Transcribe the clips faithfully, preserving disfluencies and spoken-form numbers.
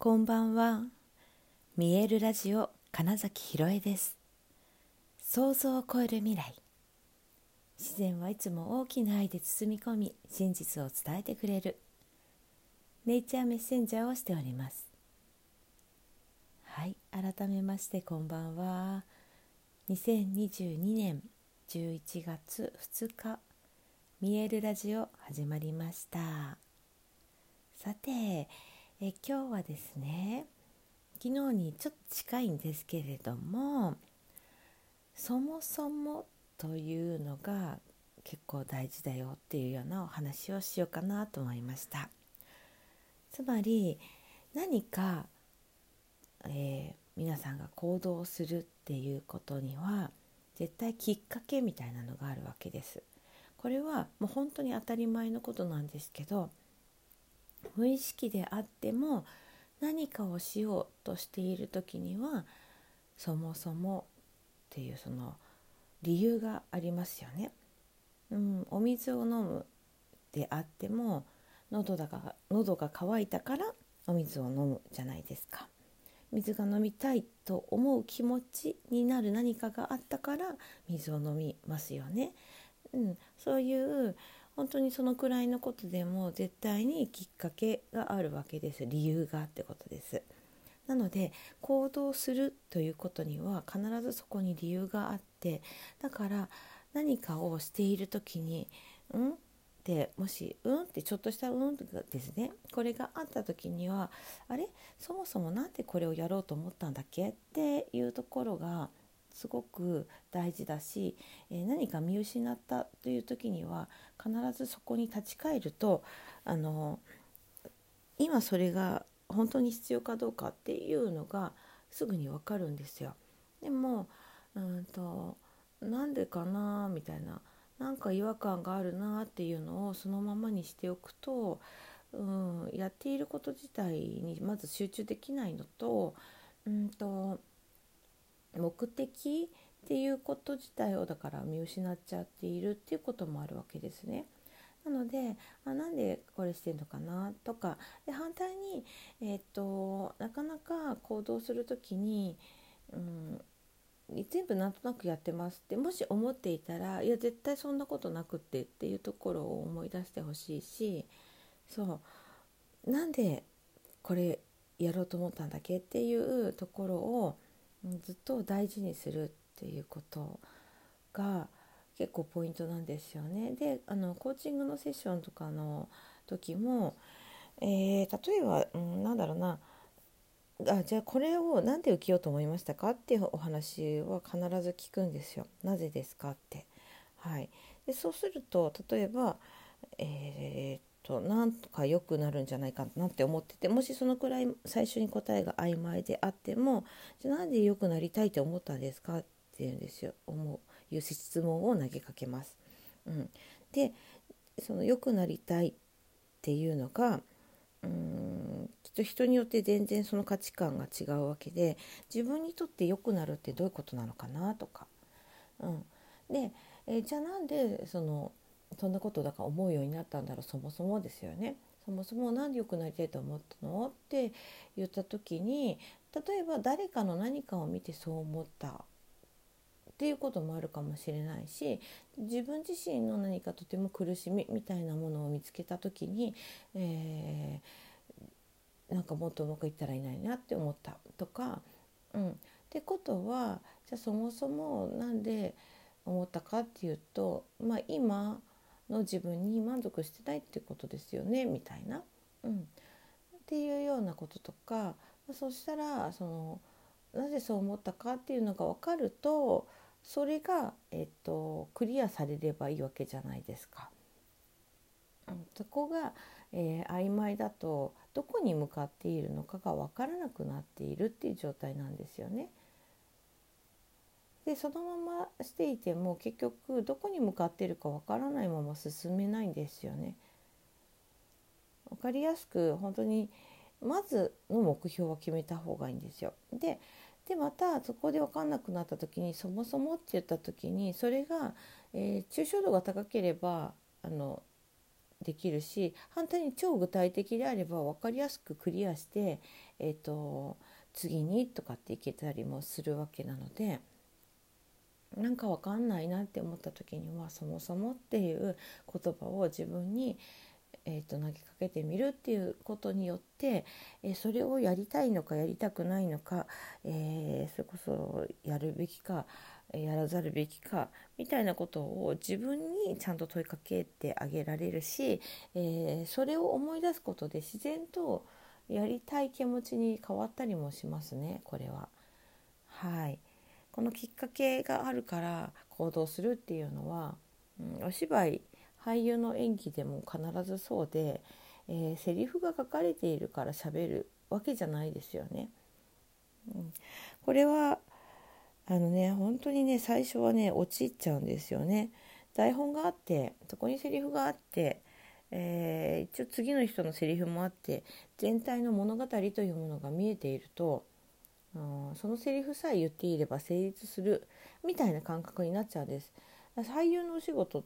こんばんは。見えるラジオ金崎ひろえです。想像を超える未来。自然はいつも大きな愛で包み込み、真実を伝えてくれるネイチャーメッセンジャーをしております。はい、改めましてこんばんは。にせんにじゅうにねんじゅういちがつふつか、見えるラジオ始まりました。さてえ今日はですね、昨日にちょっと近いんですけれども、そもそもというのが結構大事だよっていうようなお話をしようかなと思いました。つまり何か、えー皆さんが行動するっていうことには絶対きっかけみたいなのがあるわけです。これはもう本当に当たり前のことなんですけど、無意識であっても何かをしようとしている時にはそもそもっていうその理由がありますよね。うん、お水を飲むであっても喉だが喉が渇いたからお水を飲むじゃないですか。水が飲みたいと思う気持ちになる何かがあったから水を飲みますよね。うん、そういう本当にそのくらいのことでも絶対にきっかけがあるわけです。理由があってことです。なので行動するということには必ずそこに理由があって、だから何かをしている時にうんってもしうんってちょっとしたうんですね、これがあった時にはあれそもそもなんでこれをやろうと思ったんだっけっていうところがすごく大事だし、えー何か見失ったという時には必ずそこに立ち返ると、あの今それが本当に必要かどうかっていうのがすぐに分かるんですよ。でもうんとなんでかなみたいな、なんか違和感があるなっていうのをそのままにしておくと、うん、やっていること自体にまず集中できないのと、うんと目的っていうこと自体をだから見失っちゃっているっていうこともあるわけですね。なので、あ、なんでこれしてんのかなとかで、反対に、えー、となかなか行動するときに、うん、全部なんとなくやってますってもし思っていたら、いや絶対そんなことなくってっていうところを思い出してほしいし、そうなんでこれやろうと思ったんだっけっていうところをずっと大事にするっていうことが結構ポイントなんですよね。で、あのコーチングのセッションとかの時も、えー、例えば、うん、なんだろうなあじゃあこれをなんで受けようと思いましたかっていうお話は必ず聞くんですよ。なぜですかって。はい、でそうすると例えば、えー、っとなんとか良くなるんじゃないかなって思ってて、もしそのくらい最初に答えが曖昧であっても、じゃあなんで良くなりたいと思ったんですかっていうんですよ。思ういう質問を投げかけます。うん、でその良くなりたいっていうのがうーんきっと人によって全然その価値観が違うわけで、自分にとって良くなるってどういうことなのかなとか、うん、で、えーじゃあなんでそのそんなことだから思うようになったんだろう、そもそもですよね。そもそもなんで良くなりたいと思ったのって言った時に、例えば誰かの何かを見てそう思ったっていうこともあるかもしれないし、自分自身の何かとても苦しみみたいなものを見つけた時に、えーなんかもっとうまくいったらいないなって思ったとか、うん、ってことはじゃあそもそもなんで思ったかっていうと、まあ、今の自分に満足してないってことですよねみたいな、うん、っていうようなこととか、まあ、そしたらそのなぜそう思ったかっていうのが分かると、それが、えっと、クリアされればいいわけじゃないですか。うん、そこが、えー曖昧だとどこに向かっているのかが分からなくなっているっていう状態なんですよね。でそのまましていても結局どこに向かっているか分からないまま進めないんですよね。分かりやすく本当にまずの目標は決めた方がいいんですよ。ででまたそこで分かんなくなった時に、そもそもって言った時にそれが、えー抽象度が高ければあのできるし、反対に超具体的であれば分かりやすくクリアして、えーと、次にとかっていけたりもするわけなので、なんか分かんないなって思った時にはそもそもっていう言葉を自分に、えーと投げかけてみるっていうことによって、えーそれをやりたいのかやりたくないのか、えーそれこそやるべきかやらざるべきかみたいなことを自分にちゃんと問いかけてあげられるし、えーそれを思い出すことで自然とやりたい気持ちに変わったりもしますね、これは。はい、このきっかけがあるから行動するっていうのは、うん、お芝居俳優の演技でも必ずそうで、えーセリフが書かれているから喋るわけじゃないですよね。うん、これはあのね本当にね最初はね陥っちゃうんですよね。台本があってそこにセリフがあって、えー一応次の人のセリフもあって全体の物語というものが見えていると、うん、そのセリフさえ言っていれば成立するみたいな感覚になっちゃうんです。俳優のお仕事って、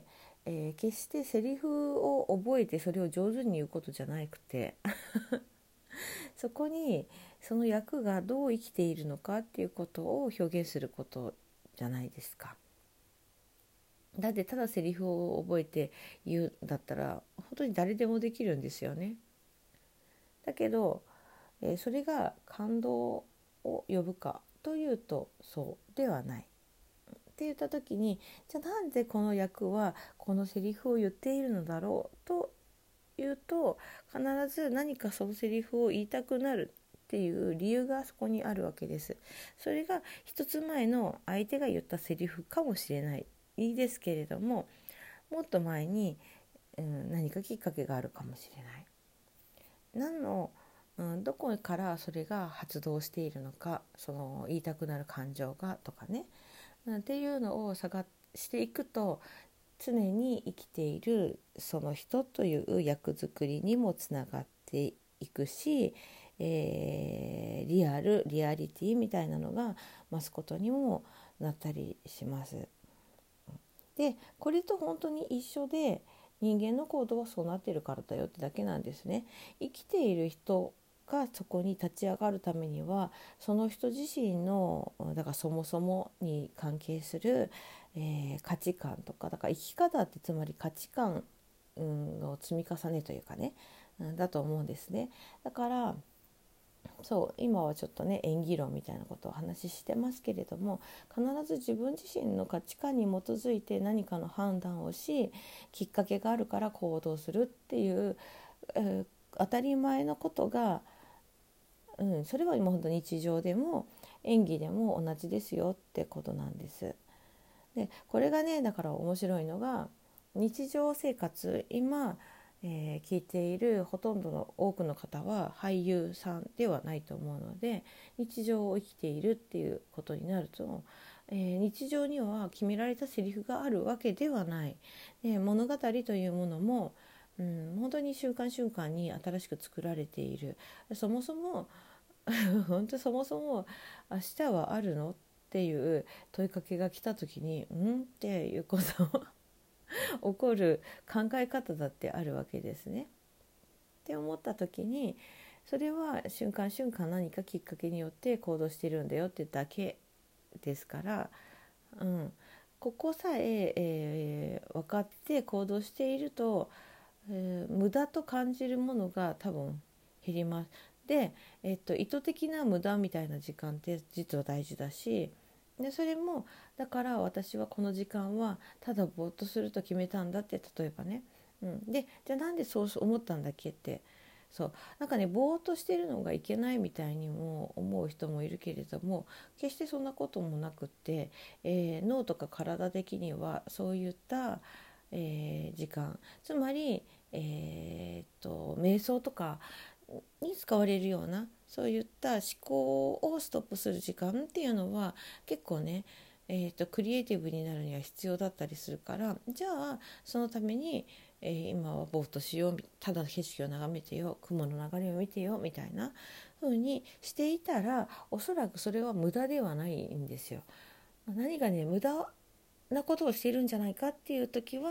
えー決してセリフを覚えてそれを上手に言うことじゃなくてそこにその役がどう生きているのかっていうことを表現することじゃないですか。だってただセリフを覚えて言うんだったら本当に誰でもできるんですよね。だけど、えーそれが感動を呼ぶかというとそうではないって言った時に、じゃあなんでこの役はこのセリフを言っているのだろうというと、必ず何かそのセリフを言いたくなるっていう理由がそこにあるわけです。それが一つ前の相手が言ったセリフかもしれないいいですけれども、もっと前に、うん、何かきっかけがあるかもしれない。何の、うん、どこからそれが発動しているのか、その言いたくなる感情がとかね、うん、っていうのを探していくと、常に生きているその人という役作りにもつながっていくし、えーリアルリアリティみたいなのが増すことにもなったりします。でこれと本当に一緒で、人間の行動はそうなってるからだよってだけなんですね。生きている人がそこに立ち上がるためには、その人自身のだからそもそもに関係する、えー価値観とか、だから生き方ってつまり価値観、うん、の積み重ねというかね、うん、だと思うんですね。だからそう今はちょっとね演技論みたいなことをお話ししてますけれども、必ず自分自身の価値観に基づいて何かの判断をし、きっかけがあるから行動するっていう、えー当たり前のことが、うん、それは今本当に日常でも演技でも同じですよってことなんです。でこれがねだから面白いのが、日常生活今、えー聞いているほとんどの多くの方は俳優さんではないと思うので、日常を生きているっていうことになると、えー日常には決められたセリフがあるわけではない。で物語というものも、うん、本当に瞬間瞬間に新しく作られている。そもそも本当そもそも明日はあるのっていう問いかけが来た時にんっていうこと起こる考え方だってあるわけですね。って思った時に、それは瞬間瞬間何かきっかけによって行動してるんだよってだけですから、うん、ここさええー分かって行動していると、えー無駄と感じるものが多分減ります。で、えっと、意図的な無駄みたいな時間って実は大事だし、でそれもだから私はこの時間はただぼーっとすると決めたんだって、例えばね、うん、でじゃあなんでそう思ったんだっけって、そうなんかねぼーっとしてるのがいけないみたいにも思う人もいるけれども、決してそんなこともなくって、えー脳とか体的にはそういった、えー時間、つまり、えーっと瞑想とかに使われるようなそういった思考をストップする時間っていうのは結構ね、えーと、クリエイティブになるには必要だったりするから、じゃあそのために、えー今はぼーっとしよう、ただ景色を眺めてよ、雲の流れを見てよみたいな風にしていたら、おそらくそれは無駄ではないんですよ。何がね無駄なことをしているんじゃないかっていう時は、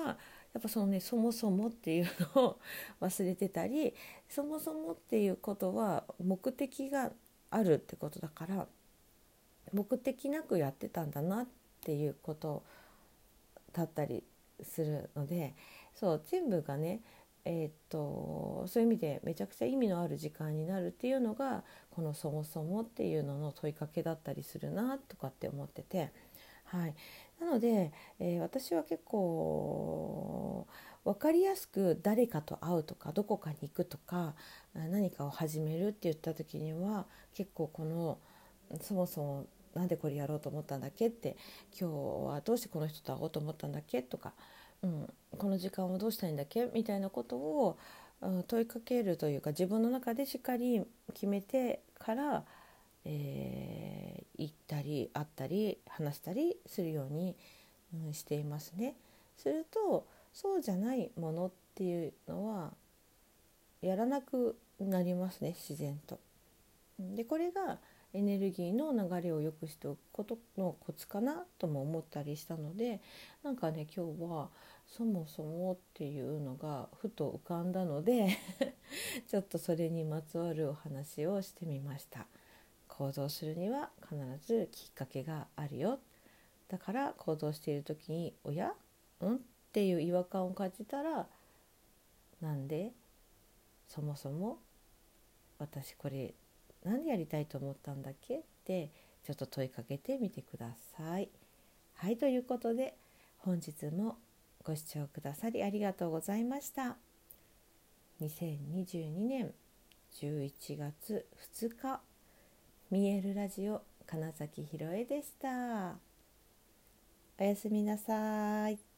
やっぱそのねそもそもっていうのを忘れてたり、そもそもっていうことは目的があるってことだから、目的なくやってたんだなっていうことだったりするので、そう全部がねえーっとそういう意味でめちゃくちゃ意味のある時間になるっていうのがこのそもそもっていうのの問いかけだったりするなとかって思ってて、はい、なので、えー私は結構分かりやすく誰かと会うとかどこかに行くとか何かを始めるって言った時には結構このそもそもなんでこれやろうと思ったんだっけって、今日はどうしてこの人と会おうと思ったんだっけとか、うん、この時間をどうしたいんだっけみたいなことを、うん、問いかけるというか自分の中でしっかり決めてから、えー、行ったり会ったり話したりするように、うん、していますね。するとそうじゃないものっていうのはやらなくなりますね、自然と。でこれがエネルギーの流れを良くしておくことのコツかなとも思ったりしたので、なんかね今日はそもそもっていうのがふと浮かんだのでちょっとそれにまつわるお話をしてみました。行動するには必ずきっかけがあるよ。だから行動している時におやんっていう違和感を感じたら、なんでそもそも私これなんでやりたいと思ったんだっけってちょっと問いかけてみてください。はい、ということで本日もご視聴くださりありがとうございました。にせんにじゅうにねんじゅういちがつふつか、見えるラジオ金崎ひろえでした。おやすみなさい。